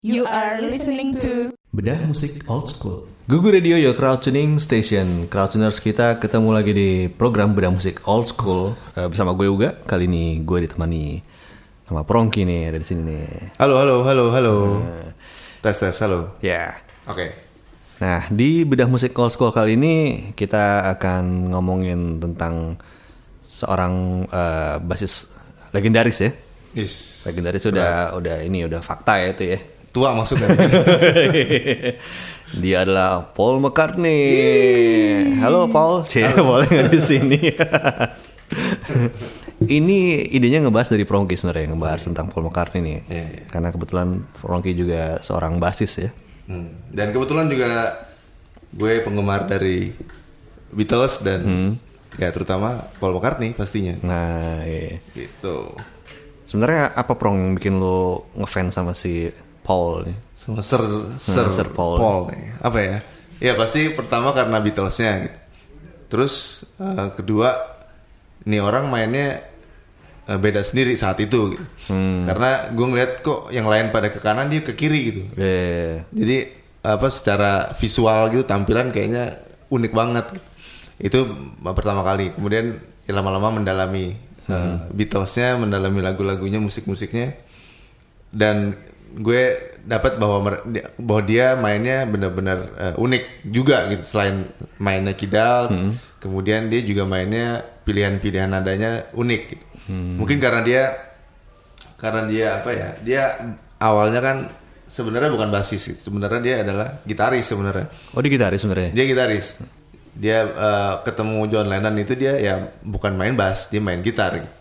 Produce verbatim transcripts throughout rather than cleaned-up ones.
You are listening to Bedah Musik Old School. Gugu Radio, your crowd tuning station. Crowd tuners kita ketemu lagi di program Bedah Musik Old School uh, bersama gue Uga. Kali ini gue ditemani sama Prongki nih, ada di sini nih. Halo, halo, halo, halo. Uh, tes, tes, halo. Ya. Yeah. Oke. Okay. Nah, di Bedah Musik Old School kali ini kita akan ngomongin tentang seorang uh, basis legendaris ya. Yes. Legendaris udah, udah ini udah fakta ya itu ya. Tua maksudnya. Dia adalah Paul McCartney. Halo Paul, Cie, boleh nggak di sini? Ini idenya ngebahas dari Prongki sebenarnya, ngebahas tentang Paul McCartney nih. Yeah, yeah. Karena kebetulan Prongki juga seorang basis ya. Hmm. Dan kebetulan juga gue penggemar dari Beatles dan hmm. ya terutama Paul McCartney pastinya. Nah, iya. Gitu. Sebenarnya apa Prong yang bikin lo ngefans sama si Paul nih? Sama Sir Sir, nah, Sir Paul. Paul nih. Apa ya? Ya pasti pertama karena Beatlesnya gitu. Terus uh, kedua, ini orang mainnya uh, beda sendiri saat itu gitu. Hmm. Karena gue ngeliat kok yang lain pada ke kanan, dia ke kiri gitu. Yeah. Jadi apa secara visual gitu tampilan kayaknya unik banget gitu. Itu pertama kali. Kemudian ya, lama-lama mendalami hmm. uh, Beatlesnya, mendalami lagu-lagunya, musik-musiknya, dan gue dapat bahwa bahwa dia mainnya benar-benar uh, unik juga gitu. Selain mainnya kidal, hmm. kemudian dia juga mainnya pilihan-pilihan nadanya unik gitu. Hmm. Mungkin karena dia karena dia apa ya? Dia awalnya kan sebenarnya bukan basis gitu. Sebenarnya dia adalah gitaris sebenarnya. Oh, dia gitaris sebenarnya. Dia gitaris. Dia uh, ketemu John Lennon itu dia ya bukan main bass, dia main gitar gitu.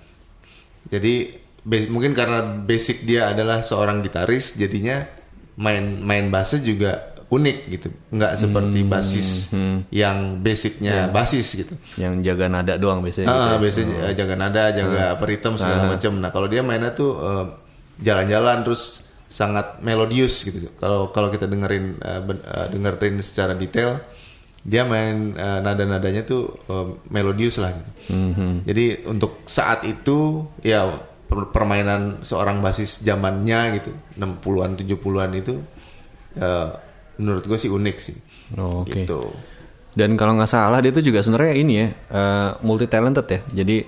Jadi Be- mungkin karena basic dia adalah seorang gitaris, jadinya main main bassnya juga unik gitu, nggak seperti basis hmm. yang basicnya yeah. basis gitu, yang jaga nada doang biasanya. Ah, gitu ya? biasanya oh. jaga nada, jaga hmm. peritem segala ah. macam. Nah kalau dia mainnya tuh uh, jalan-jalan terus sangat melodius gitu. Kalau kalau kita dengerin uh, ben- uh, dengerin secara detail, dia main uh, nada-nadanya tuh uh, melodius lah gitu. Hmm. Jadi untuk saat itu ya permainan seorang basis zamannya gitu enam puluhan tujuh puluhan itu uh, menurut gue sih unik sih. Oh, oke. Okay. Gitu. Dan kalau nggak salah dia itu juga sebenarnya ini ya uh, multi talented ya. Jadi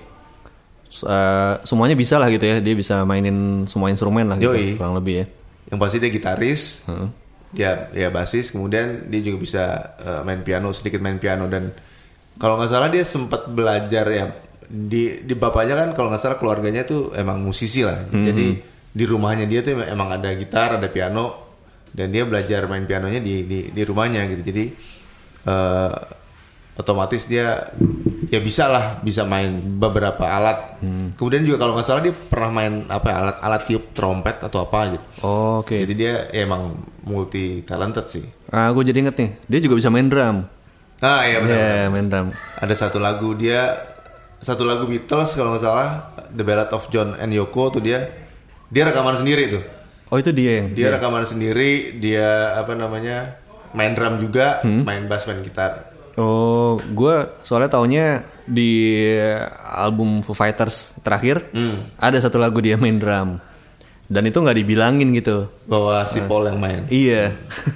uh, semuanya bisa lah gitu ya. Dia bisa mainin semua instrumen lah gitu. Yoi. Kurang lebih ya. Yang pasti dia gitaris, hmm. dia ya basis, kemudian dia juga bisa uh, main piano, sedikit main piano, dan kalau nggak salah dia sempat belajar ya. Di di bapaknya kan kalau nggak salah keluarganya tuh emang musisi lah. Hmm. Jadi di rumahnya dia tuh emang ada gitar, ada piano, dan dia belajar main pianonya di di, di rumahnya gitu. Jadi uh, otomatis dia ya bisa lah bisa main beberapa alat. Hmm. Kemudian juga kalau nggak salah dia pernah main apa ya, alat alat tiup trompet atau apa gitu. Oh, oke. Okay. Jadi dia ya emang multi talented sih. Ah, gue jadi inget nih, dia juga bisa main drum. Ah iya benar. Yeah, main drum. Ada satu lagu dia Satu lagu Beatles kalau nggak salah, The Ballad of John and Yoko tuh dia dia rekaman sendiri tuh. Oh itu dia yang dia, dia rekaman sendiri, dia apa namanya main drum juga, hmm? main bass, main gitar. Oh, gue soalnya taunya di album Foo Fighters terakhir hmm. ada satu lagu dia main drum, dan itu nggak dibilangin gitu bahwa si Paul yang main. Iya.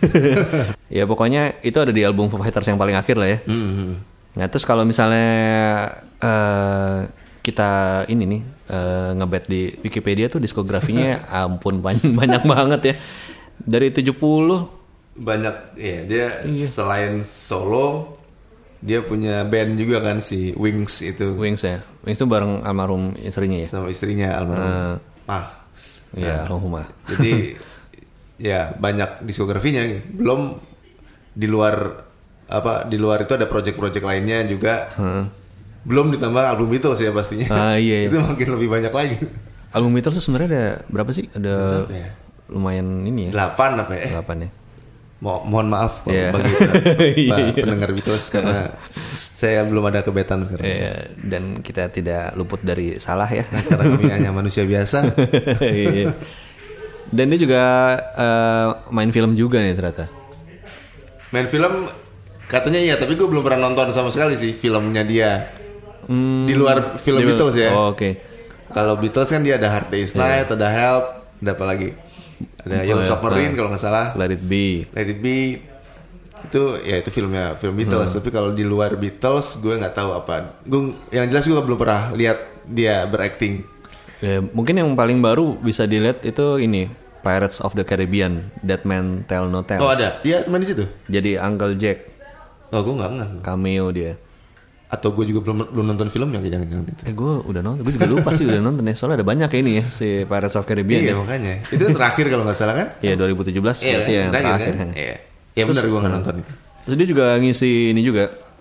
Ya pokoknya itu ada di album Foo Fighters yang paling akhir lah ya. Hmm. Nah terus kalau misalnya uh, kita ini nih uh, ngebet di Wikipedia tuh diskografinya ampun banyak, banyak banget ya. Dari tujuh puluh banyak ya. Dia iya. Selain solo dia punya band juga kan, si Wings itu. Wings ya. Wings itu bareng almarhum istrinya ya. Sama istrinya almarhum. Uh, ah. Iya, almarhumah. Jadi ya banyak diskografinya gitu. Belum di luar apa di luar itu ada project-project lainnya juga. Hmm. Belum ditambah album Beatles ya pastinya. Ah, iya, iya. Itu makin lebih banyak lagi. Album Beatles tuh sebenarnya ada berapa sih? Ada ya? Lumayan ini ya. delapan apa ya? delapan ya. Mo- mohon maaf yeah. bagi yeah. pendengar Beatles karena saya belum ada kebetan sekarang. Yeah. Dan kita tidak luput dari salah ya. Nah, karena kami hanya manusia biasa. Yeah. Dan dia juga uh, main film juga nih ternyata. Main film katanya iya, tapi gue belum pernah nonton sama sekali sih filmnya dia. Hmm, di luar film di, Beatles ya. Oh, oke. Okay. Kalau Beatles kan dia ada Hard Day's Night, yeah. ada Help, ada apa lagi? Ada Yellow Submarine kalau nggak salah. Let It Be. Let It Be itu ya itu filmnya film Beatles. Hmm. Tapi kalau di luar Beatles gue nggak tahu apa. Gue yang jelas gue belum pernah lihat dia berakting. Ya, mungkin yang paling baru bisa dilihat itu ini Pirates of the Caribbean, Dead Man Tell No Tales. Oh ada, dia main di situ. Jadi Uncle Jack. Oh gue nggak nggak. Cameo dia. Atau gue juga belum belum nonton filmnya jangan-jangan itu. Eh gue udah nonton, gue juga lupa sih udah nonton ya. Soalnya ada banyak kayak ini ya si Pirates of Caribbean. Iya ya. makanya. Itu terakhir kalau nggak salah kan? Iya dua ribu tujuh belas Iya, berarti yang terakhir, terakhir. Kan? Iya. Iya benar gue nggak nonton itu. Terus dia juga ngisi ini juga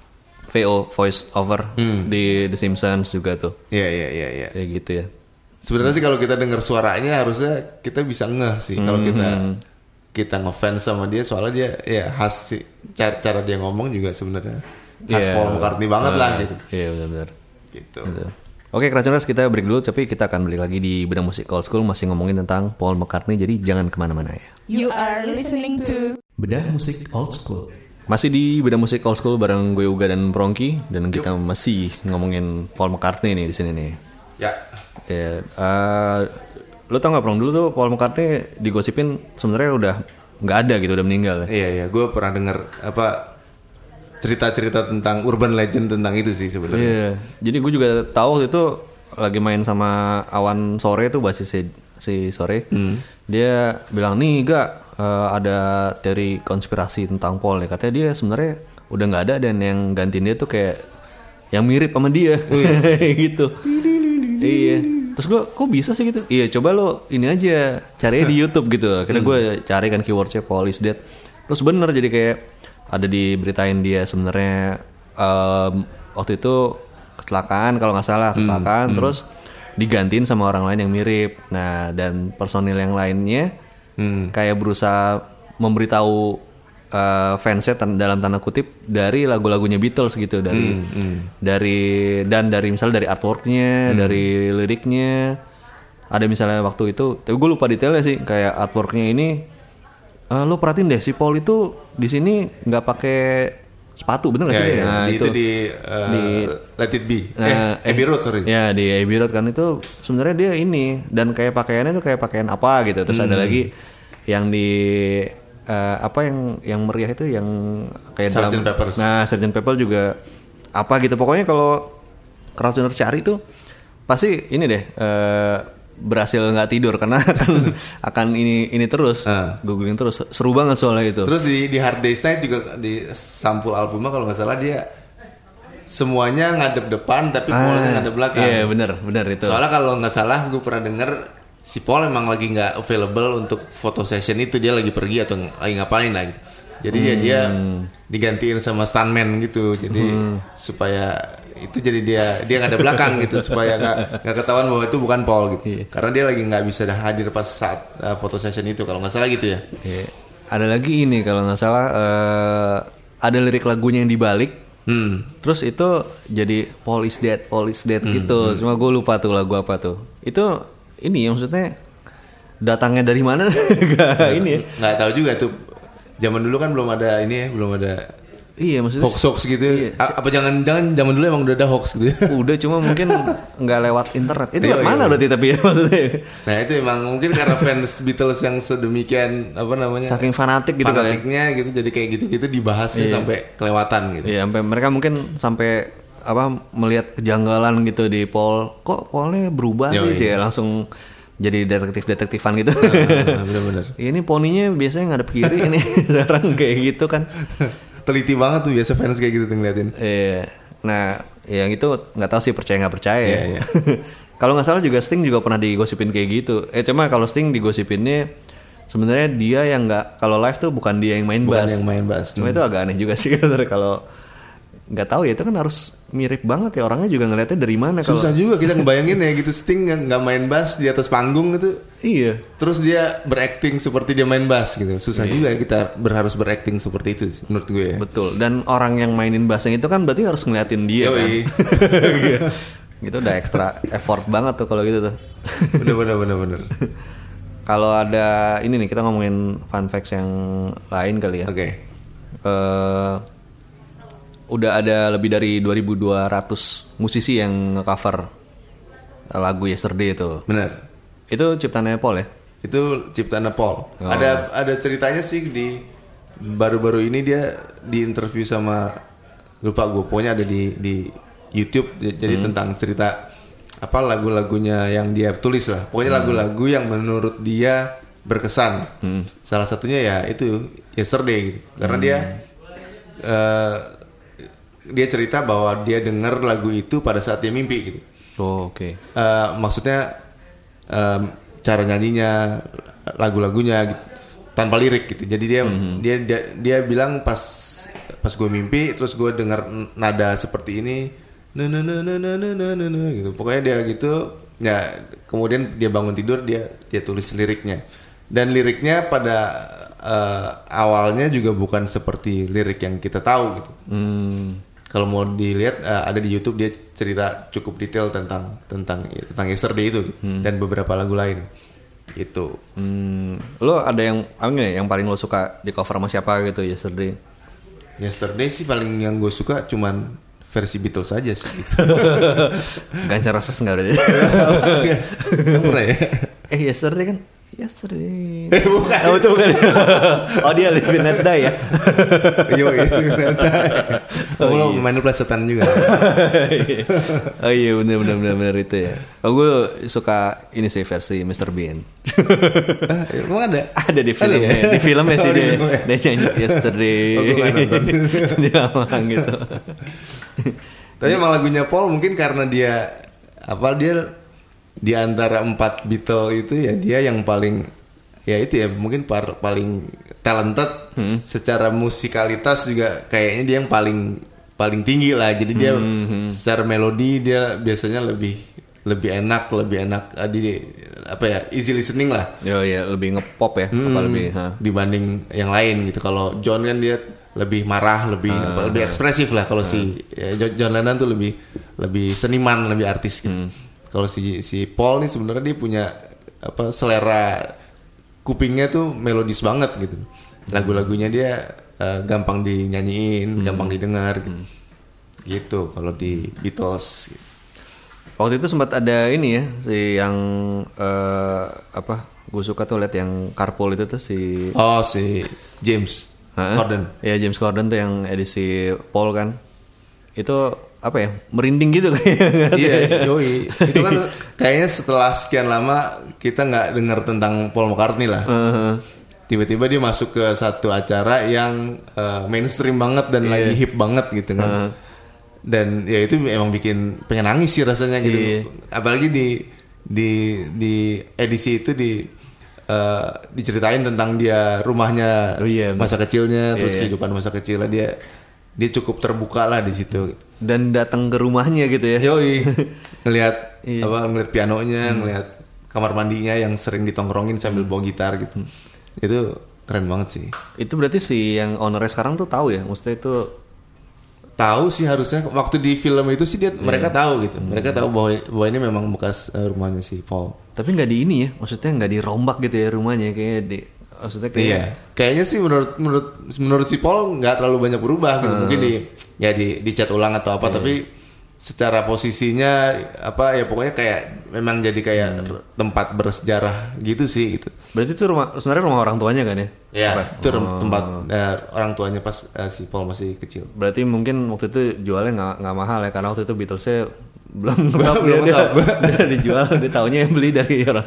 V O voice over hmm. di The Simpsons juga tuh. Iya iya iya. Iya. Kayak gitu ya. Sebenarnya sih kalau kita dengar suaranya harusnya kita bisa ngeh sih kalau Hmm. kita kita ngefans sama dia soalnya dia ya khas sih cara, cara dia ngomong juga sebenarnya khas Yeah. Paul McCartney banget uh, lah gitu. Iya benar-benar. Gitu. Gitu. Oke, Kraconers, kita break dulu, tapi kita akan balik lagi di Bedah Musik Old School masih ngomongin tentang Paul McCartney, jadi jangan kemana-mana ya. You are listening to Bedah Musik Old School. Masih di Bedah Musik Old School bareng gue Uga dan Prongki, dan kita masih ngomongin Paul McCartney nih di sini nih. Ya. Ya, uh, lo tau nggak Prong, dulu tuh Paul McCartney digosipin sebenarnya udah nggak ada gitu, udah meninggal. Ya? Iya iya, gue pernah dengar apa cerita-cerita tentang urban legend tentang itu sih sebenarnya. Iya, jadi gue juga tahu waktu itu lagi main sama Awan Sore tuh basis si, si Sore, hmm. dia bilang nih gak uh, ada teori konspirasi tentang Paul nih, katanya dia sebenarnya udah nggak ada dan yang gantiin dia tuh kayak yang mirip sama dia, gitu. Iya, terus gue kok bisa sih gitu? Iya, coba lo ini aja cari di YouTube gitu. Akhirnya gue cari kan keywordnya Paul is dead, terus bener jadi kayak ada diberitain dia sebenarnya um, waktu itu kecelakaan kalau nggak salah kecelakaan, hmm, terus hmm. digantiin sama orang lain yang mirip. Nah dan personil yang lainnya hmm. kayak berusaha memberitahu uh, fansnya tan- dalam tanda kutip dari lagu-lagunya Beatles gitu, dari hmm. Hmm. dari dan dari misalnya dari artworknya, hmm. dari liriknya. Ada misalnya waktu itu, tapi gue lupa detailnya sih, kayak artworknya ini. Uh, lo perhatiin deh si Paul itu di sini nggak pakai sepatu, bener nggak ya, sih? Ya. Nah, di, itu, itu di, uh, di Let It Be, nah, eh Abbey Road sorry. Ya di Abbey Road kan itu sebenarnya dia ini, dan kayak pakaiannya itu kayak pakaian apa gitu. Terus hmm. ada lagi yang di uh, apa yang yang meriah itu yang kayak Sergeant dalam, Pepper's. Nah Sergeant Pepper juga apa gitu. Pokoknya kalau crowdtuner cari tuh pasti ini deh. Uh, berhasil nggak tidur karena akan akan ini ini terus uh. googling terus, seru banget soalnya itu. Terus di di Hard Day's Night juga di sampul albumnya kalau nggak salah dia semuanya ngadep depan tapi ah, Paulnya ngadep belakang. Iya benar benar itu. Soalnya kalau nggak salah gue pernah denger si Paul emang lagi nggak available untuk foto session itu, dia lagi pergi atau lagi ngapain lah gitu. Jadi hmm. ya dia digantiin sama stuntman gitu, jadi hmm. supaya itu jadi dia dia nggak ada belakang gitu supaya nggak nggak ketahuan bahwa itu bukan Paul gitu. Yeah. Karena dia lagi nggak bisa hadir pas saat uh, foto session itu kalau nggak salah gitu ya. Yeah. Ada lagi ini kalau nggak salah uh, ada lirik lagunya yang dibalik. Hmm. Terus itu jadi Paul is dead, Paul is dead hmm. gitu. Hmm. Cuma gue lupa tuh lagu apa tuh. Itu ini yang maksudnya datangnya dari mana? Gak ini. Nggak tahu juga tuh. Zaman dulu kan belum ada ini ya, belum ada iya maksudnya hoax-hoax gitu. Iya. A- apa jangan-jangan zaman dulu emang udah ada hoax gitu? Udah, cuma mungkin nggak lewat internet. Itu lewat mana berarti tapi ya maksudnya? Nah itu emang mungkin karena fans Beatles yang sedemikian apa namanya? Saking fanatik gitu kan. Fanatiknya gitu, jadi kayak gitu-gitu dibahasnya iya. sampai kelewatan gitu. Iya, sampai mereka mungkin sampai apa melihat kejanggalan gitu di Paul. Kok Paulnya berubah Yo, sih? Iya. Ya langsung jadi detektif-detektifan gitu. Nah, benar-benar. Ini poninya biasanya ngadep kiri, ini sekarang kayak gitu kan. Teliti banget tuh biasa fans kayak gitu tuh ngeliatin. Iya. Nah, yang itu nggak tahu sih percaya nggak percaya ya. Iya, iya. Kalau nggak salah juga Sting juga pernah digosipin kayak gitu. Eh cuma kalau Sting digosipinnya sebenarnya dia yang nggak, kalau live tuh bukan dia yang main bukan bass. yang main bass. Cuma hmm. itu agak aneh juga sih kalau nggak tahu ya, itu kan harus mirip banget ya, orangnya juga ngeliatnya dari mana. Susah kalo... juga kita ngebayangin ya gitu, Sting nggak main bass di atas panggung itu. Iya. Terus dia berakting seperti dia main bass gitu. Susah iya. juga kita berharus berakting seperti itu menurut gue ya. Betul. Dan orang yang mainin bassnya itu kan berarti harus ngeliatin dia. Yoi. Kan. Gitu udah extra effort banget tuh kalau gitu tuh. Bener bener bener bener. Kalau ada ini nih, kita ngomongin fun facts yang lain kali ya. Oke. Okay. Uh, udah ada lebih dari dua ribu dua ratus musisi yang nge-cover lagu Yesterday itu. Bener. Itu ciptaannya Paul ya? Itu ciptaan Paul. Oh. Ada ada ceritanya sih di baru-baru ini dia di interview sama lupa gue, pokoknya ada di di YouTube jadi hmm. tentang cerita apa lagu-lagunya yang dia tulis lah. Pokoknya hmm. lagu-lagu yang menurut dia berkesan. Hmm. Salah satunya ya itu Yesterday gitu. Karena hmm. dia uh, dia cerita bahwa dia dengar lagu itu pada saat dia mimpi gitu. Oh, oke. Okay. Uh, maksudnya um, cara nyanyinya, lagu-lagunya gitu, tanpa lirik gitu. Jadi dia mm-hmm. dia, dia dia bilang pas pas gue mimpi terus gue dengar nada seperti ini, na na na na na na na na gitu. Pokoknya dia gitu. Ya, kemudian dia bangun tidur dia dia tulis liriknya. Dan liriknya pada uh, awalnya juga bukan seperti lirik yang kita tahu gitu. Mm. Kalau mau dilihat uh, ada di YouTube dia cerita cukup detail tentang tentang tentang Yesterday itu gitu. hmm. Dan beberapa lagu lain itu. Hmm. Lo ada yang apa nih yang paling lo suka di cover sama siapa gitu Yesterday? Yesterday sih paling yang gue suka cuman versi Beatles aja sih. Guns N' Roses nggak berarti? Pernah ya? Eh Yesterday kan? Yesterday. Eh bukan. Oh itu bukan. Oh dia Live and Let Die ya. Iya, Live and Let Die. Oh, lo main plesetan juga. Oh iya benar benar benar benar itu ya. Oh gue suka ini sih versi mister Bean. Ah, emang ada? Ada di filmnya. Ya? Di filmnya sih oh, dia. Dia nyanyi Yesterday. Oh, di lamang gitu. Tapi emang lagunya Paul mungkin karena dia apa dia di antara empat Beatles itu ya dia yang paling ya itu ya mungkin par, paling talented hmm. secara musikalitas juga kayaknya dia yang paling paling tinggi lah. Jadi dia hmm. secara melodi dia biasanya lebih lebih enak lebih enak uh, di apa ya easy listening lah. Oh ya lebih ngepop ya hmm, apa lebih huh? dibanding yang lain gitu. Kalau John kan dia lebih marah lebih uh, apa, lebih ekspresif lah. Kalau uh. si ya, John Lennon tuh lebih lebih seniman lebih artis gitu. Hmm. Kalau si si Paul nih sebenarnya dia punya apa selera kupingnya tuh melodis banget gitu. Lagu-lagunya dia uh, gampang dinyanyiin, hmm. gampang didengar gitu. Hmm. Gitu kalau di Beatles. Gitu. Waktu itu sempat ada ini ya si yang uh, apa? Gue suka tuh liat yang Carpool itu tuh si Oh si James Ha-ha? Corden. Ya James Corden tuh yang edisi Paul kan. Itu apa ya merinding gitu kayaknya. Iya, yoi. Itu kan kayaknya setelah sekian lama kita nggak dengar tentang Paul McCartney lah. Uh-huh. Tiba-tiba dia masuk ke satu acara yang uh, mainstream banget dan yeah. lagi hip banget gitu kan. Uh-huh. Dan ya itu emang bikin pengen nangis sih rasanya gitu. Yeah. Apalagi di di di edisi itu di uh, diceritain tentang dia rumahnya oh, yeah, masa kecilnya, yeah, terus yeah. kehidupan masa kecilnya dia dia cukup terbuka lah di situ dan datang ke rumahnya gitu ya. Yoi, ngelihat iya. apa ngelihat pianonya, hmm. ngelihat kamar mandinya yang sering ditongkrongin sambil bawa gitar gitu. Hmm. Itu keren banget sih. Itu berarti si yang ownernya sekarang tuh tahu ya, maksudnya itu tahu sih harusnya waktu di film itu sih dia yeah. mereka tahu gitu. Hmm. Mereka tahu bahwa bahwa ini memang bekas uh, rumahnya si Paul. Tapi nggak di ini ya, maksudnya nggak dirombak gitu ya rumahnya kayak di maksudnya kayak iya. Kayaknya sih menurut menurut menurut si Paul nggak terlalu banyak berubah gitu. Hmm. Mungkin di ya di dicat ulang atau apa, yeah. tapi secara posisinya apa ya pokoknya kayak memang jadi kayak hmm. tempat bersejarah gitu sih gitu. Berarti itu rumah sebenarnya rumah orang tuanya kan ya? Iya, itu oh. tempat ya, orang tuanya pas uh, si Paul masih kecil. Berarti mungkin waktu itu jualnya nggak nggak mahal ya karena waktu itu Beatlesnya belum belum dia, dia dijual, dia taunya yang beli dari orang.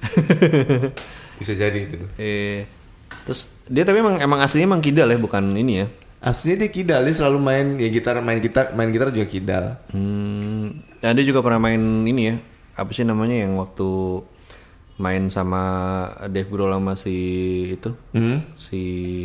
Bisa jadi itu. Eh, terus dia tapi emang emang aslinya emang kidal ya, bukan ini ya? Aslinya dia kidal, dia selalu main ya gitar, main gitar, main gitar juga kidal. Hmm, dan dia juga pernah main ini ya, apa sih namanya yang waktu main sama Dave Grohl sama si itu, hmm? si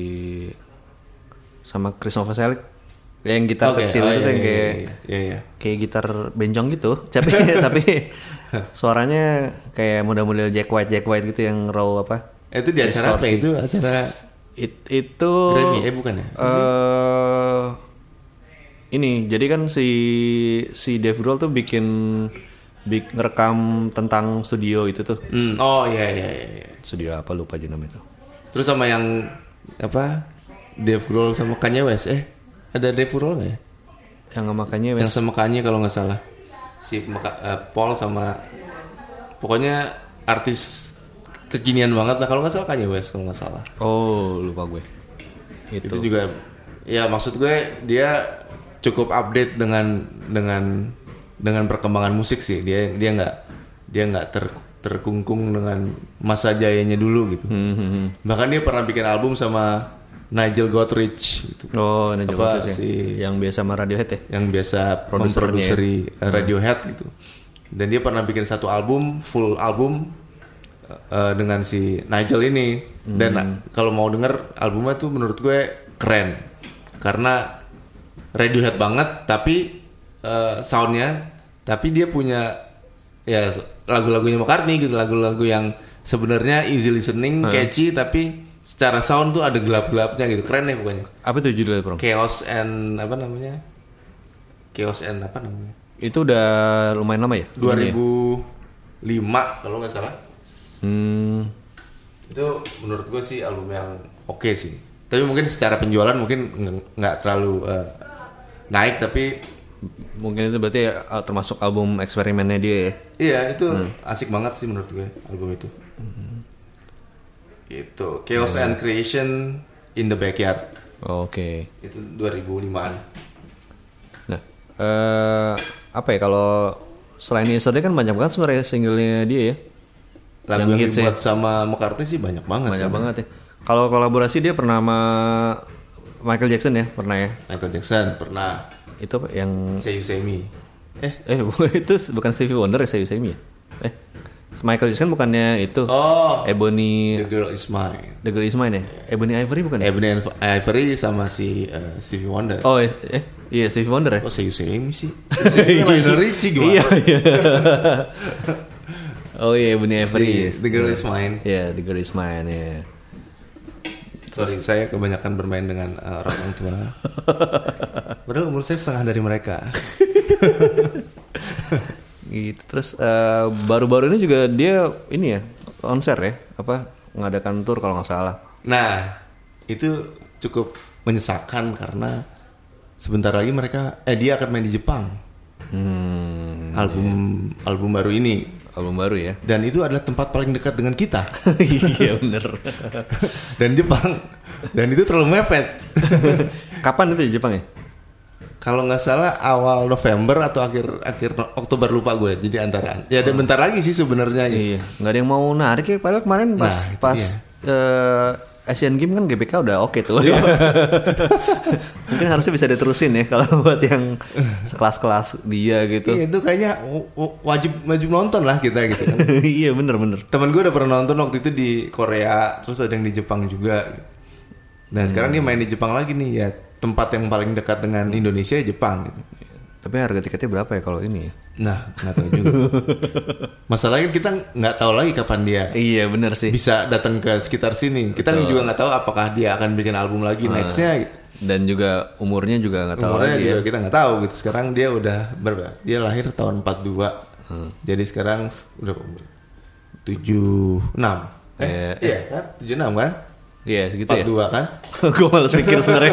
sama Chris Novoselic, yang gitar okay. kecil oh, itu iya, yang kayak iya, iya, iya. kayak gitar benjong gitu, tapi tapi suaranya kayak model-model Jack White Jack White gitu yang raw apa? Itu di acara apa itu? Acara It, itu Grammy eh bukan ya? Uh, ini jadi kan si si Dave Grohl tuh bikin bik ngerekam tentang studio itu tuh. Mm. Oh iya iya iya. Studio apa lupa aja namanya itu. Terus sama yang apa? Dave Grohl sama Kanye West eh ada Dave Grohl nggak ya? Yang sama Kanye West. Yang sama Kanye kalau nggak salah. Si uh, Paul sama pokoknya artis kekinian banget. Nah kalau nggak salah Kanye West kalau nggak salah. Oh lupa gue. Itu. Itu juga ya maksud gue dia cukup update dengan dengan dengan perkembangan musik sih. Dia dia nggak dia nggak ter, terkungkung dengan masa jayanya dulu gitu. Hmm. Bahkan dia pernah bikin album sama Nigel Godrich gitu. Oh, Nigel Apa Godrich si ya? Yang biasa sama Radiohead ya? Yang biasa Produsernya memproduksi ya? Radiohead gitu. Dan dia pernah bikin satu album, full album uh, dengan si Nigel ini. Hmm. Dan uh, kalau mau denger albumnya tuh menurut gue keren. Karena Radiohead banget tapi uh, soundnya, tapi dia punya ya lagu-lagunya McCartney gitu, lagu-lagu yang sebenarnya easy listening, hmm. catchy tapi secara sound tuh ada gelap-gelapnya gitu, keren nih pokoknya. Apa tuh judulnya, Bro? Chaos and apa namanya? Chaos and apa namanya? Itu udah lumayan lama ya? dua ribu lima kalau nggak salah. Hmm. Itu menurut gue sih album yang oke okay sih. Tapi mungkin secara penjualan mungkin nggak terlalu uh, naik, tapi mungkin itu berarti uh, termasuk album eksperimennya dia ya? Iya, itu hmm. asik banget sih menurut gue album itu. Hmm. Itu Chaos yeah. and Creation in the Backyard. Oh, Oke. Okay. Itu dua ribu limaan. Nah, uh, apa ya kalau selain Yesterday kan banyak banget sebenarnya singlenya dia ya. Lagu yang, yang dibuat ya. Sama McCartney sih banyak banget. Banyak kan? banget ya. Kalau kolaborasi dia pernah sama Michael Jackson ya, pernah ya? Michael Jackson pernah. Itu apa yang Say You Say Me. Eh, eh itu bukan Stevie Wonder ya, Say You Say Me ya? Eh, Michael Jackson bukannya itu? Oh, Ebony. The Girl Is Mine. The Girl Is Mine ya? Ebony Ivory bukan? Ebony Ivory sama si uh, Stevie Wonder. Oh, eh, eh iya Stevie Wonder ya? Oh, Say You Say Me sih. Lionel Richie gimana? Iya, iya. Oh iya, Ebony Ivory. Si, The Girl Is Mine. Iya, yeah, The Girl Is Mine ya. Yeah. Sorry, saya kebanyakan bermain dengan uh, orang tua. Padahal umur saya setengah dari mereka. Gitu. Terus uh, baru-baru ini juga dia ini ya konser ya, apa mengadakan tour kalau nggak salah. Nah, itu cukup menyesalkan karena sebentar lagi mereka, eh dia akan main di Jepang. Hmm, album iya. album baru ini. Album baru ya. Dan itu adalah tempat paling dekat dengan kita. Iya bener. Dan Jepang. Dan itu terlalu mepet. Kapan itu di Jepang ya? Kalau nggak salah awal November atau akhir akhir Oktober, lupa gue. Jadi antaraan. Ya ada oh. bentar lagi sih sebenarnya. Iya. Nggak ada yang mau narik ya. Padahal kemarin pas nah, pas uh, Asian Games kan G B K udah oke okay tuh. Mungkin harusnya bisa diterusin ya kalau buat yang sekelas-kelas dia gitu. Iya itu kayaknya wajib wajib nonton lah kita gitu kan. Iya bener-bener. Temen gue udah pernah nonton waktu itu di Korea, terus ada yang di Jepang juga. Nah hmm. sekarang dia main di Jepang lagi nih ya. Tempat yang paling dekat dengan Indonesia ya Jepang gitu. Tapi harga tiketnya berapa ya kalau ini ya? Nah nggak tahu juga. Masalahnya kita nggak tahu lagi kapan dia. Iya benar sih. Bisa datang ke sekitar sini. Kita Betul. juga nggak tahu apakah dia akan bikin album lagi uh, nextnya. Gitu. Dan juga umurnya juga nggak tahu umurnya lagi. Juga ya. kita nggak tahu gitu. Sekarang dia udah berapa? Dia lahir tahun empat puluh dua. Hmm. Jadi sekarang udah tujuh puluh enam. Eh, eh, iya kan? tujuh puluh enam kan? Iya gitu empat puluh dua ya. Kan? Gue malas mikir sebenarnya.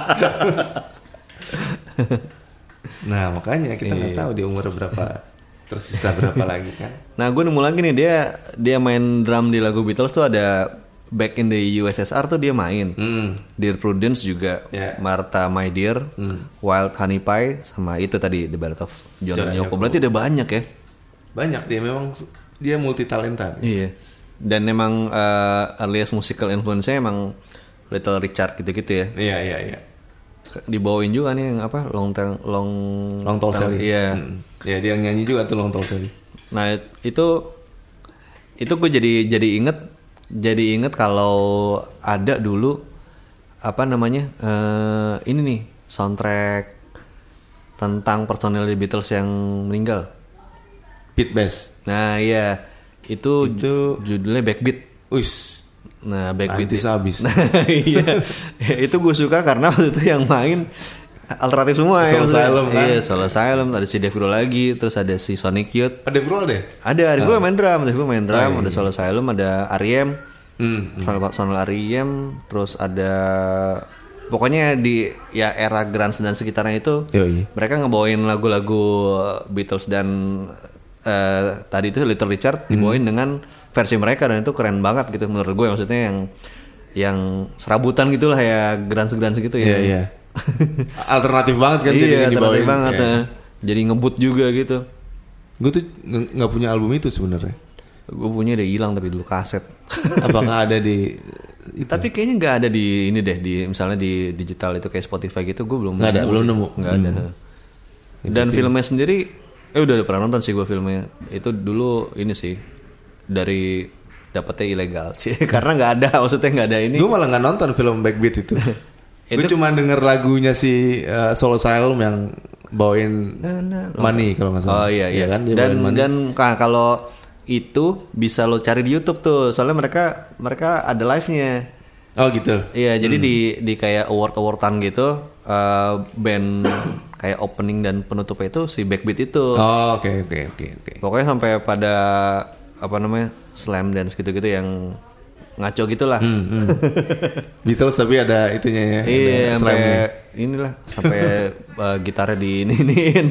Nah makanya kita nggak iya. tahu dia umur berapa, tersisa berapa lagi kan. Nah gue nemu lagi nih dia dia main drum di lagu Beatles tuh ada Back in the U S S R tuh dia main. hmm. Dear Prudence juga, yeah. Martha My Dear, hmm. Wild Honey Pie, sama itu tadi The Ballad of John and Yoko. Berarti ada banyak ya. Banyak dia memang dia multi talenta. Iya. Dan emang uh, earliest musical influence-nya emang Little Richard gitu-gitu ya. Iya iya iya. Dibawain juga nih yang apa long tang long long tall Sally. Iya. Hmm. Ya dia nyanyi juga tuh long tall Sally. Nah itu itu gue jadi jadi inget jadi inget kalau ada dulu apa namanya uh, ini nih soundtrack tentang personil The Beatles yang meninggal. Pete Best. Nah iya itu, itu judulnya Backbeat. Uish. Nah Backbeat itu habis. Nah iya itu gue suka karena waktu itu yang main alternatif semua. Soul Asylum kan. Iya Soul Asylum. Ada si Dave Grohl lagi. Terus ada si Sonic Youth. Ada Dave Grohl deh? Ada Dave Grohl main drum. Dave Grohl main drum. Oh, iya. Ada Soul Asylum. Ada R E M. Hmm, hmm. Personal R E M. Terus ada pokoknya di ya era grunge dan sekitarnya itu. Yoi. Mereka ngebawain lagu-lagu Beatles dan uh, tadi itu Little Richard dibawain hmm. dengan versi mereka dan itu keren banget gitu menurut gue, maksudnya yang yang serabutan gitulah ya, grunge-grunge gitu ya. Iya, iya. Alternatif banget kan jadi iya, yang dibawain. Iya, banget. Ya. Nah. Jadi ngebut juga gitu. Gue tuh nggak punya album itu sebenarnya. Gue punya udah hilang tapi dulu kaset. Apakah ada di itu? Tapi kayaknya nggak ada di ini deh, di misalnya di digital itu kayak Spotify gitu, gue belum nggak ada, belum nemu. Nggak ada. Hmm. Dan filmnya sendiri, eh udah, udah pernah nonton sih gue filmnya. Itu dulu ini sih dari dapetnya ilegal sih, karena nggak ada, maksudnya nggak ada ini. Gue malah nggak nonton film Backbeat itu. Gue cuma denger lagunya si uh, Soul Asylum yang bawain nah, nah, Money kalau nggak salah. Oh iya iya. Ya kan? Dia dan dan nah, kalau itu bisa lo cari di YouTube tuh, soalnya mereka mereka ada live-nya. Oh gitu. Iya, hmm. jadi di di kayak award-awardan gitu, uh, band kayak opening dan penutupnya itu si Backbeat itu. Oh oke oke oke oke. Pokoknya sampai pada apa namanya slam dance gitu-gitu yang ngaco gitulah. Hmm, hmm. Beatles tapi ada itunya ya. Iya, sampai inilah sampai uh, gitarnya di ini-iniin.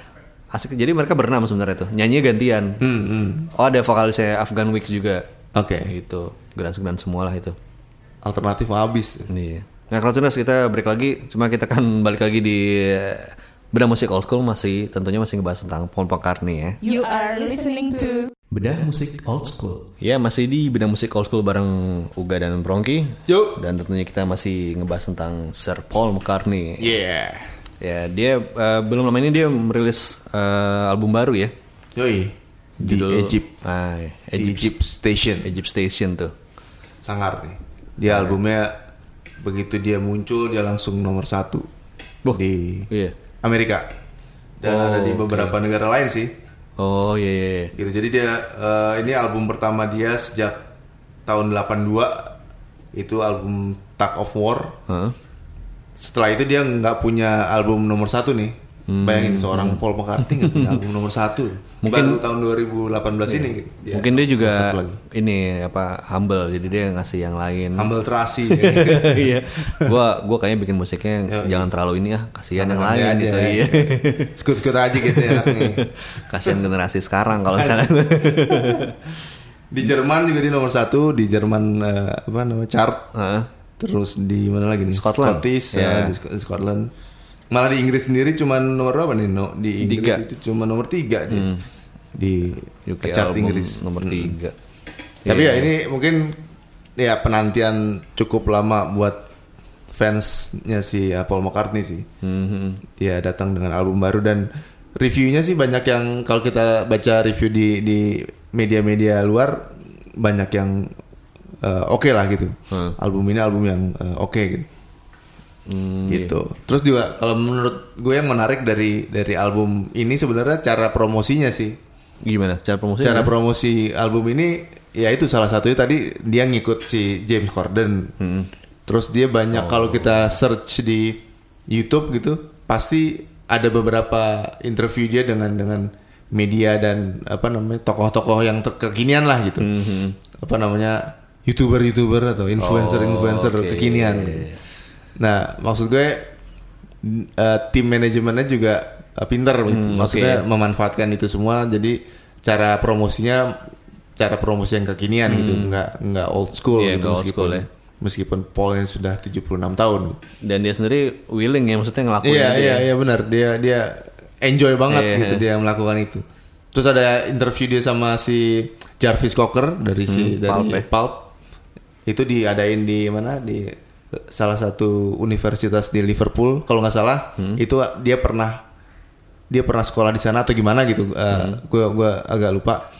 Asik, jadi mereka berenam sebenarnya tuh, nyanyinya gantian. Hmm, hmm. Oh ada vokalisnya Afghan Wigs juga. Oke. Okay. Gitu, geran-geran semua lah itu. Alternatif habis. Iya. Nah kalau Tunas kita break lagi, cuma kita kan balik lagi di Bedah Musik Old School, masih tentunya masih ngebahas tentang Paul McCartney ya. You are listening to Bedah Musik Old School. Ya masih di Bedah Musik Old School bareng Uga dan Bronky. Yuk. Dan tentunya kita masih ngebahas tentang Sir Paul McCartney. Yeah. Ya dia uh, belum lama ini dia merilis uh, album baru ya. Yoi. Di Judul, Egypt. Ah, Egypt. Di Egypt Station. Egypt Station tuh. Sangar nih. Dia nah, albumnya begitu dia muncul dia langsung nomor satu Boh, di iya. Amerika. Dan oh, ada di beberapa okay. negara lain sih. Oh iya iya. iya. Gitu. Jadi dia uh, ini album pertama dia sejak tahun delapan puluh dua. Itu album Tug of War. Huh? Setelah itu dia nggak punya album nomor satu nih. Hmm. Bayangin seorang Paul McCartney nggak punya album nomor satu. Mungkin baru tahun dua ribu delapan belas iya. ini. Gitu. Dia mungkin dia juga ini apa humble, jadi dia ngasih yang lain. Humble terasi. Iya. Gua gua kayaknya bikin musiknya Yo, jangan iya. terlalu ini ya, kasihan yang lain aja, gitu. Iya. Skut-skut aja gitu ya. Kasihan generasi sekarang kalau misalnya. Di Jerman juga di nomor satu, di Jerman uh, apa namanya chart. Uh-huh. Terus di mana lagi nih? Scotland. Scottish, yeah. ya, di Scotland. Malah di Inggris sendiri cuma nomor berapa nih? No, di Inggris tiga. Itu cuma nomor tiga dia. Hmm. Di U K chart Inggris nomor tiga. Hmm. Tapi yeah. ya ini mungkin ya penantian cukup lama buat fansnya si Paul McCartney sih. Hmm. Dia datang dengan album baru dan reviewnya sih banyak yang kalau kita baca review di di media-media luar banyak yang uh, oke okay lah gitu. Hmm. Album ini album yang uh, oke okay, gitu. Hmm, gitu. Iya. Terus juga kalau menurut gue yang menarik dari dari album ini sebenarnya cara promosinya sih. Gimana? Cara promosi? Cara promosi album ini ya itu salah satunya tadi dia ngikut si James Corden. Hmm. Terus dia banyak oh. kalau kita search di YouTube gitu pasti ada beberapa interview dia dengan dengan media dan apa namanya tokoh-tokoh yang kekinian lah gitu. Hmm. Apa namanya YouTuber-YouTuber atau influencer-influencer oh, okay. kekinian. Nah, maksud gue uh, tim manajemennya juga uh, pinter, hmm, maksudnya okay. memanfaatkan itu semua. Jadi cara promosinya, cara promosi yang kekinian hmm. gitu, nggak nggak old school yeah, gitu old meskipun school, ya. meskipun Paul yang sudah tujuh puluh enam tahun. Dan dia sendiri willing ya, maksudnya ngelakuin. Iya itu iya ya. iya benar, dia dia enjoy banget yeah. gitu dia melakukan itu. Terus ada interview dia sama si Jarvis Cocker dari hmm, si dari Pulp, eh. Pulp. Itu diadain di mana di salah satu universitas di Liverpool kalau nggak salah. Hmm. Itu dia pernah dia pernah sekolah di sana atau gimana gitu. Uh, gue hmm. gue agak lupa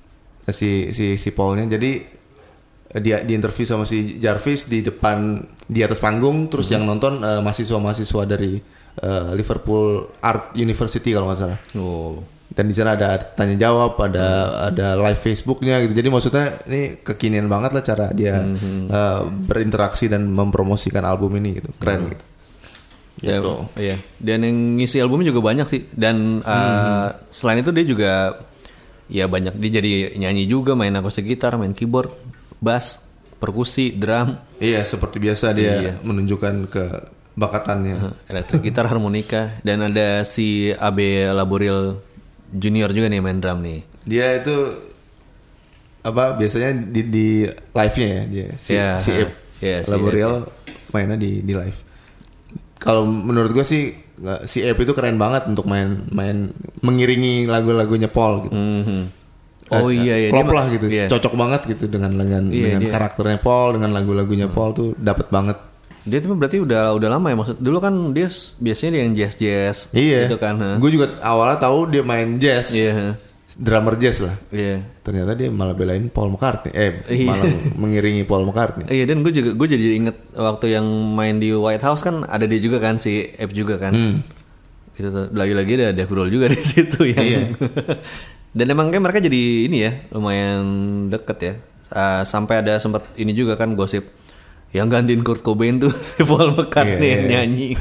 si si si Paulnya. Jadi dia di interview sama si Jarvis di depan di atas panggung. Terus hmm. yang nonton uh, mahasiswa-mahasiswa dari uh, Liverpool Art University kalau nggak salah. Oh. Dan di sana ada tanya jawab, ada hmm. ada live Facebooknya gitu. Jadi maksudnya ini kekinian banget lah cara dia hmm. uh, berinteraksi dan mempromosikan album ini gitu. Keren hmm. gitu. Ya, gitu. Iya. Dan yang ngisi albumnya juga banyak sih. Dan uh, hmm. selain itu dia juga ya banyak, dia jadi nyanyi juga, main akustik gitar, main keyboard, bass, perkusi, drum. Iya, seperti biasa dia iya. menunjukkan ke bakatannya. Elektrik gitar, harmonika, dan ada si Abe Laboriel Junior juga nih main drum nih. Dia itu apa biasanya di di live-nya ya dia si yeah, si Ape yeah, si Laboriel Ape, mainnya di di live. Kalau menurut gue sih si Ape itu keren banget untuk main main mengiringi lagu-lagunya Paul gitu. Mm-hmm. Oh uh, iya iya. Klop dia lah gitu. Iya. Cocok banget gitu dengan dengan iya, dengan dia. karakternya Paul, dengan lagu-lagunya hmm. Paul tuh dapat banget. Dia tuh berarti udah udah lama ya, maksud dulu kan dia biasanya dia yang jazz jazz iya. gitu kan. Gue juga awalnya tahu dia main jazz. Iya. Drummer jazz lah. Iya. Ternyata dia malah belain Paul McCartney. Eh iya. malah mengiringi Paul McCartney. Iya, dan gue juga gue jadi inget waktu yang main di White House kan ada dia juga kan, si Ape juga kan. Hmm. Gitu tuh. Lagi-lagi ada Dave Grohl juga di situ yang. Iya. Dan emang kan mereka jadi ini ya, lumayan deket ya. Uh, sampai ada sempat ini juga kan gosip yang gantiin Kurt Cobain tuh si Paul McCartney yeah, yang yeah. nyanyi.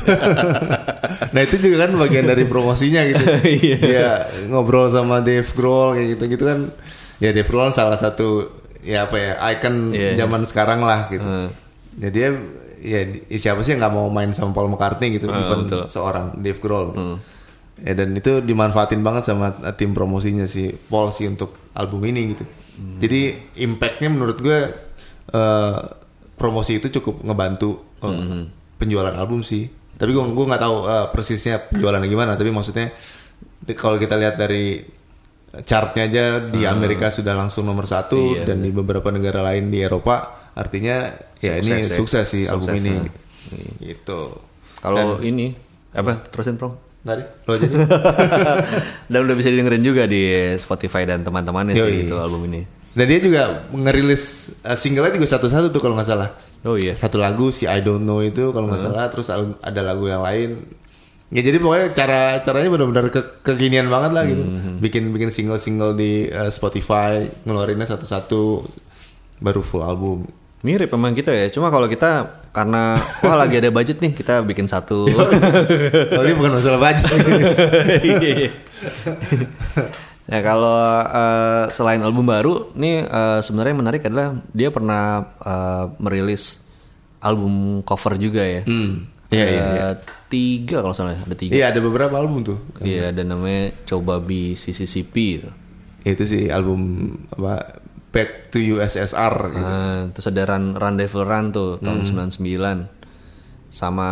Nah itu juga kan bagian dari promosinya gitu. yeah. Dia ngobrol sama Dave Grohl kayak gitu-gitu kan. Ya Dave Grohl salah satu ya apa ya icon yeah. zaman sekarang lah gitu. Uh. Jadi dia ya siapa sih yang nggak mau main sama Paul McCartney gitu, uh, even betul. Seorang Dave Grohl. Uh. Ya dan itu dimanfaatin banget sama tim promosinya si Paul sih untuk album ini gitu. Hmm. Jadi impactnya menurut gue uh, promosi itu cukup ngebantu uh, hmm. penjualan album sih. Tapi gue gue nggak tahu uh, persisnya penjualannya gimana. Tapi maksudnya kalau kita lihat dari chartnya aja di Amerika hmm. sudah langsung nomor satu iya, dan bener. Di beberapa negara lain di Eropa, artinya ya sukses, ini ya. Sukses sih sukses, album sukses, ini. Gitu. gitu. Kalau ini apa terusin Bro? Tadi lo jadi. Dan udah bisa didengerin juga di Spotify dan teman-temannya sih itu album ini. Dan dia juga ngerilis uh, singlenya juga satu-satu tuh kalau nggak salah. Oh iya. Satu lagu si I Don't Know itu kalau nggak uh-huh. salah, terus ada lagu yang lain. Ya jadi pokoknya cara caranya benar-benar ke, kekinian banget lah gitu. Mm-hmm. Bikin bikin single-single di uh, Spotify, ngeluarinnya satu-satu, baru full album. Mirip memang kita ya, cuma kalau kita karena wah lagi ada budget nih kita bikin satu. Kalau ini bukan masalah budget. Ya kalau uh, selain album baru, nih uh, sebenarnya yang menarik adalah dia pernah uh, merilis album cover juga ya. Hmm. Iya, iya, iya. Tiga kalau salah ada tiga. Iya ada beberapa album tuh. Iya ada namanya Coba Be C C C P itu. Itu sih album apa? Back to U S S R gitu. Nah, terus ada Run, Run Devil Run tuh tahun hmm. sembilan puluh sembilan. Sama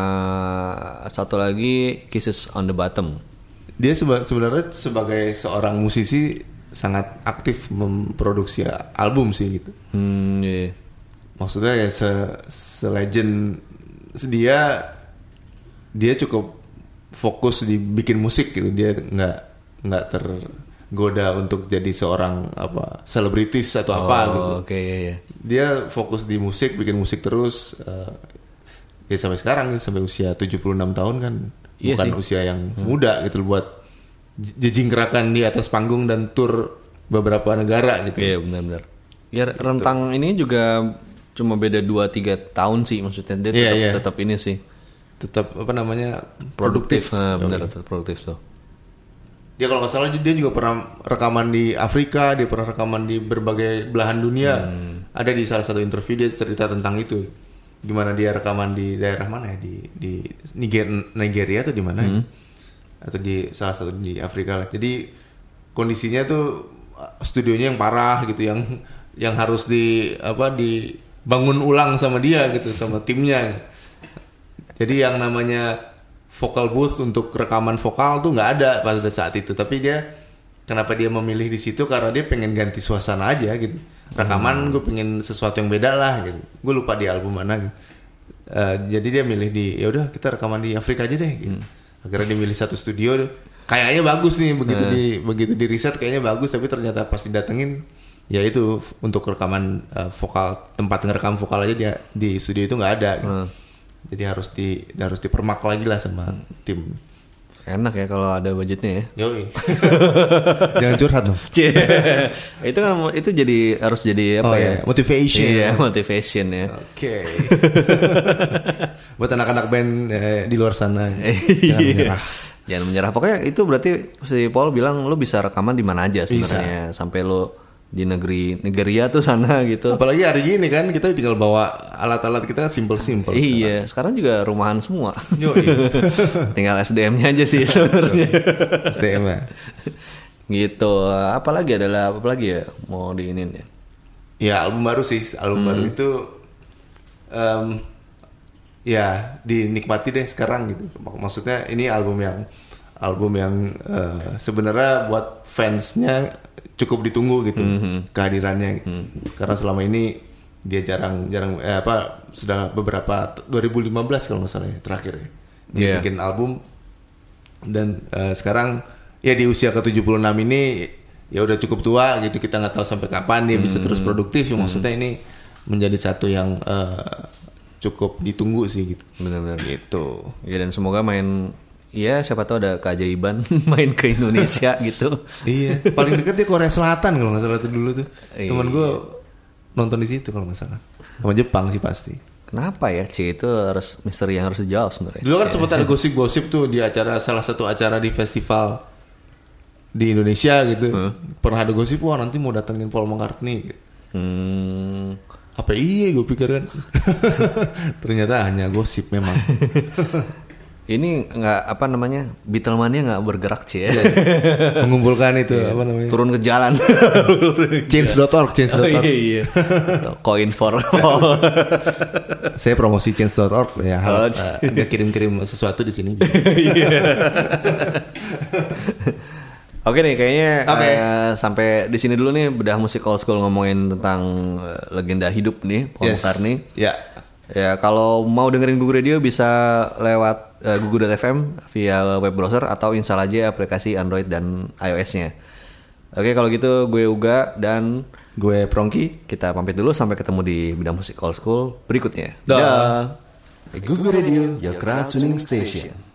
satu lagi Kisses on the Bottom. Dia seba- sebenarnya sebagai seorang musisi sangat aktif memproduksi album sih gitu. Hmm, yeah. Maksudnya ya se se-legend dia dia cukup fokus di bikin musik gitu. Dia nggak nggak ter goda untuk jadi seorang apa selebritis atau oh, apa gitu. Oke okay, iya, iya. Dia fokus di musik, bikin musik terus uh, ya sampai sekarang sampai usia tujuh puluh enam tahun kan. Iya bukan sih. Usia yang hmm. muda gitu buat jejingrakan di atas panggung dan tur beberapa negara gitu. Iya benar-benar. Ya rentang gitu. Ini juga cuma beda dua tiga tahun sih maksudnya dia tetap, yeah, yeah. tetap ini sih. Tetap apa namanya produktif. produktif. Nah, benar tetap produktif tuh. Dia kalau nggak salah dia juga pernah rekaman di Afrika, dia pernah rekaman di berbagai belahan dunia. Hmm. Ada di salah satu interview dia cerita tentang itu. Gimana dia rekaman di daerah mana ya? Di di Niger, Nigeria atau di mana? Hmm. Ya? Atau di salah satu di Afrika lah. Jadi kondisinya tuh studionya yang parah gitu, yang yang harus di apa dibangun ulang sama dia gitu, sama timnya. Jadi yang namanya vocal booth untuk rekaman vokal tuh nggak ada pada saat itu, tapi dia kenapa dia memilih di situ karena dia pengen ganti suasana aja gitu. Rekaman hmm. gue pengen sesuatu yang beda lah gitu. Gue lupa di album mana gitu. Uh, jadi dia milih di ya udah kita rekaman di Afrika aja deh gitu. Hmm. Akhirnya dia milih satu studio, kayaknya bagus nih begitu hmm. di begitu di riset kayaknya bagus, tapi ternyata pas didatengin ya itu untuk rekaman uh, vokal, tempat ngerekam vokal aja dia di studio itu nggak ada gitu. Hmm. Jadi harus di harus dipermak lagi lah sama hmm. tim. Enak ya kalau ada budgetnya ya. Yoi. Jangan curhat dong. Itu kan itu jadi harus jadi apa oh, ya? Motivation. Iya, motivation ya. Oke. Okay. Buat anak-anak band eh, di luar sana. Jangan menyerah. Jangan menyerah. Pokoknya itu berarti si Paul bilang lu bisa rekaman di mana aja sebenarnya sampai lu di negeri Nigeria tuh sana gitu. Apalagi hari gini kan kita tinggal bawa alat-alat kita simple-simple. Iya, sekarang, sekarang juga rumahan semua. Yo, iya. Tinggal S D M-nya aja sih sebenarnya. S D M ya. Gitu. Apalagi adalah apalagi ya mau diinin ya. Ya album baru sih, album hmm. baru itu um, ya dinikmati deh sekarang gitu. Maksudnya ini album yang album yang uh, sebenarnya buat fansnya cukup ditunggu gitu mm-hmm. kehadirannya gitu. Mm-hmm. Karena selama ini dia jarang jarang eh, apa sudah beberapa dua ribu lima belas kalau nggak salah ya terakhir ya dia yeah. bikin album dan uh, sekarang ya di usia ke tujuh puluh enam ini ya udah cukup tua gitu, kita nggak tahu sampai kapan dia mm-hmm. bisa terus produktif. Mm-hmm. Maksudnya ini menjadi satu yang uh, cukup ditunggu sih gitu. Benar-benar gitu. Ya dan semoga main Iya, siapa tahu ada keajaiban main ke Indonesia gitu. Iya, paling dekat dia Korea Selatan kalau nggak salah tuh dulu tuh. Teman gue nonton di situ kalau nggak salah. Sama Jepang sih pasti. Kenapa ya, C itu harus misteri yang harus dijawab sebenarnya. Dulu kan sempat ada gosip-gosip tuh di acara salah satu acara di festival di Indonesia gitu. Hmm. Pernah ada gosip wah nanti mau datengin Paul McCartney. Gitu. Hmm. Apa iya gue pikir kan. Ternyata hanya gosip memang. Ini nggak apa namanya Beatlemania nggak bergerak sih ya. Mengumpulkan itu yeah. apa namanya turun ke jalan. change dot org change dot org oh, iya, iya. Coin for saya promosi change dot org ya harap oh, uh, agak kirim-kirim sesuatu di sini. Oke nih kayaknya okay. uh, sampai di sini dulu nih bedah musik old school ngomongin tentang uh, legenda hidup nih Paul McCartney. Ya. Ya kalau mau dengerin Google Radio bisa lewat uh, google dot f m via web browser atau install aja aplikasi Android dan iOS-nya. Oke kalau gitu gue Uga dan gue Prongki. Kita pamit dulu sampai ketemu di bidang musik old school berikutnya. Dah. Google Radio, your crowd tuning station.